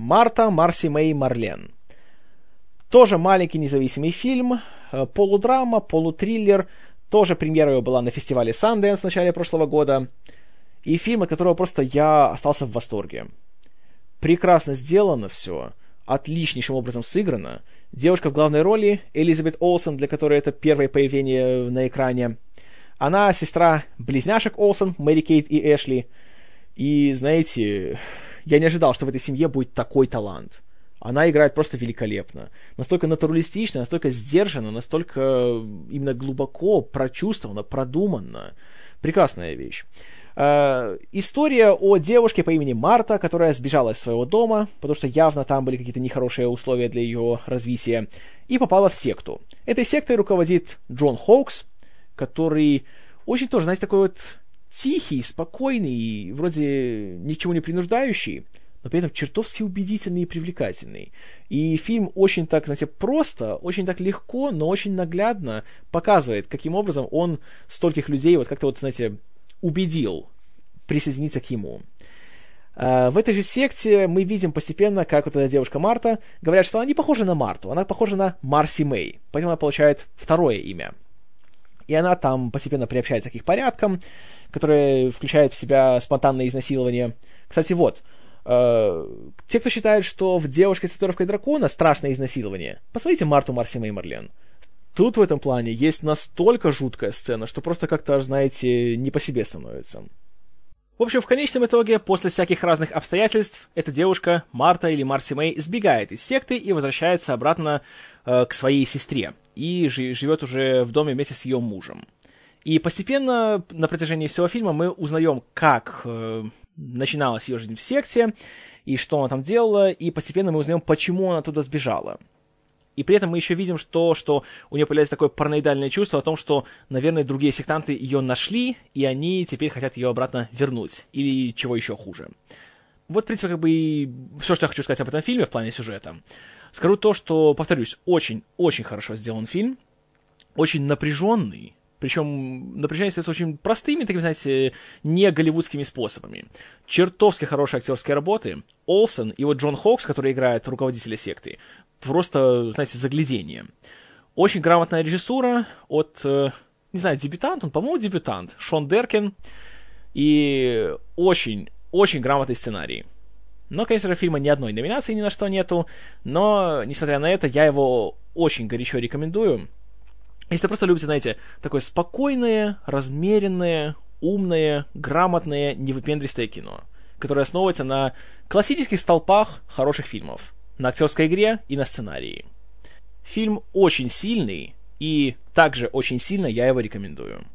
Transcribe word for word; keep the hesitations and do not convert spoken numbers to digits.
Марта, Марси Мэй, Марлен. Тоже маленький независимый фильм, полудрама, полутриллер. Тоже премьера его была на фестивале Sundance в начале прошлого года. И фильм, от которого просто я остался в восторге. Прекрасно сделано все, отличнейшим образом сыграно. Девушка в главной роли, Элизабет Олсен, для которой это первое появление на экране. Она сестра близняшек Олсен, Мэри Кейт и Эшли. И, знаете, я не ожидал, что в этой семье будет такой талант. Она играет просто великолепно. Настолько натуралистично, настолько сдержанно, настолько именно глубоко прочувствовано, продуманно. Прекрасная вещь. Э, история о девушке по имени Марта, которая сбежала из своего дома, потому что явно там были какие-то нехорошие условия для ее развития, и попала в секту. Этой сектой руководит Джон Хоукс, который очень тоже, знаете, такой вот тихий, спокойный, вроде ничего не принуждающий, но при этом чертовски убедительный и привлекательный. И фильм очень так, знаете, просто, очень так легко, но очень наглядно показывает, каким образом он стольких людей вот как-то вот, знаете, убедил присоединиться к ему. В этой же секте мы видим постепенно, как вот эта девушка Марта, говорят, что она не похожа на Марту, она похожа на Марси Мэй, поэтому она получает второе имя. И она там постепенно приобщается к их порядкам, которые включают в себя спонтанное изнасилование. Кстати, вот, э, те, кто считает, что в «Девушке с татуировкой дракона» страшное изнасилование, посмотрите Марту, Марси Мэй, Марлен. Тут в этом плане есть настолько жуткая сцена, что просто как-то, знаете, не по себе становится. В общем, в конечном итоге, после всяких разных обстоятельств, эта девушка, Марта или Марси Мэй, сбегает из секты и возвращается обратно э, к своей сестре. И жи- живет уже в доме вместе с ее мужем. И постепенно, на протяжении всего фильма, мы узнаем, как э, начиналась ее жизнь в секте, и что она там делала, и постепенно мы узнаем, почему она туда сбежала. И при этом мы еще видим, что, что у нее появляется такое параноидальное чувство о том, что, наверное, другие сектанты ее нашли, и они теперь хотят ее обратно вернуть. Или чего еще хуже. Вот, в принципе, как бы и все, что я хочу сказать об этом фильме в плане сюжета. Скажу то, что, повторюсь, очень-очень хорошо сделан фильм. Очень напряженный. Причем напряжение остается очень простыми, такими, знаете, не голливудскими способами. Чертовски хорошие актерские работы. Олсен и вот Джон Хоукс, который играет руководителя секты, просто, знаете, заглядение. Очень грамотная режиссура от, не знаю, дебютант, он, по-моему, дебютант, Шон Деркин. И очень, очень грамотный сценарий. Но, конечно же, фильма ни одной номинации ни на что нету. Но, несмотря на это, я его очень горячо рекомендую. Если просто любите, знаете, такое спокойное, размеренное, умное, грамотное, невыпендристое кино, которое основывается на классических столпах хороших фильмов, на актерской игре и на сценарии. Фильм очень сильный, и также очень сильно я его рекомендую.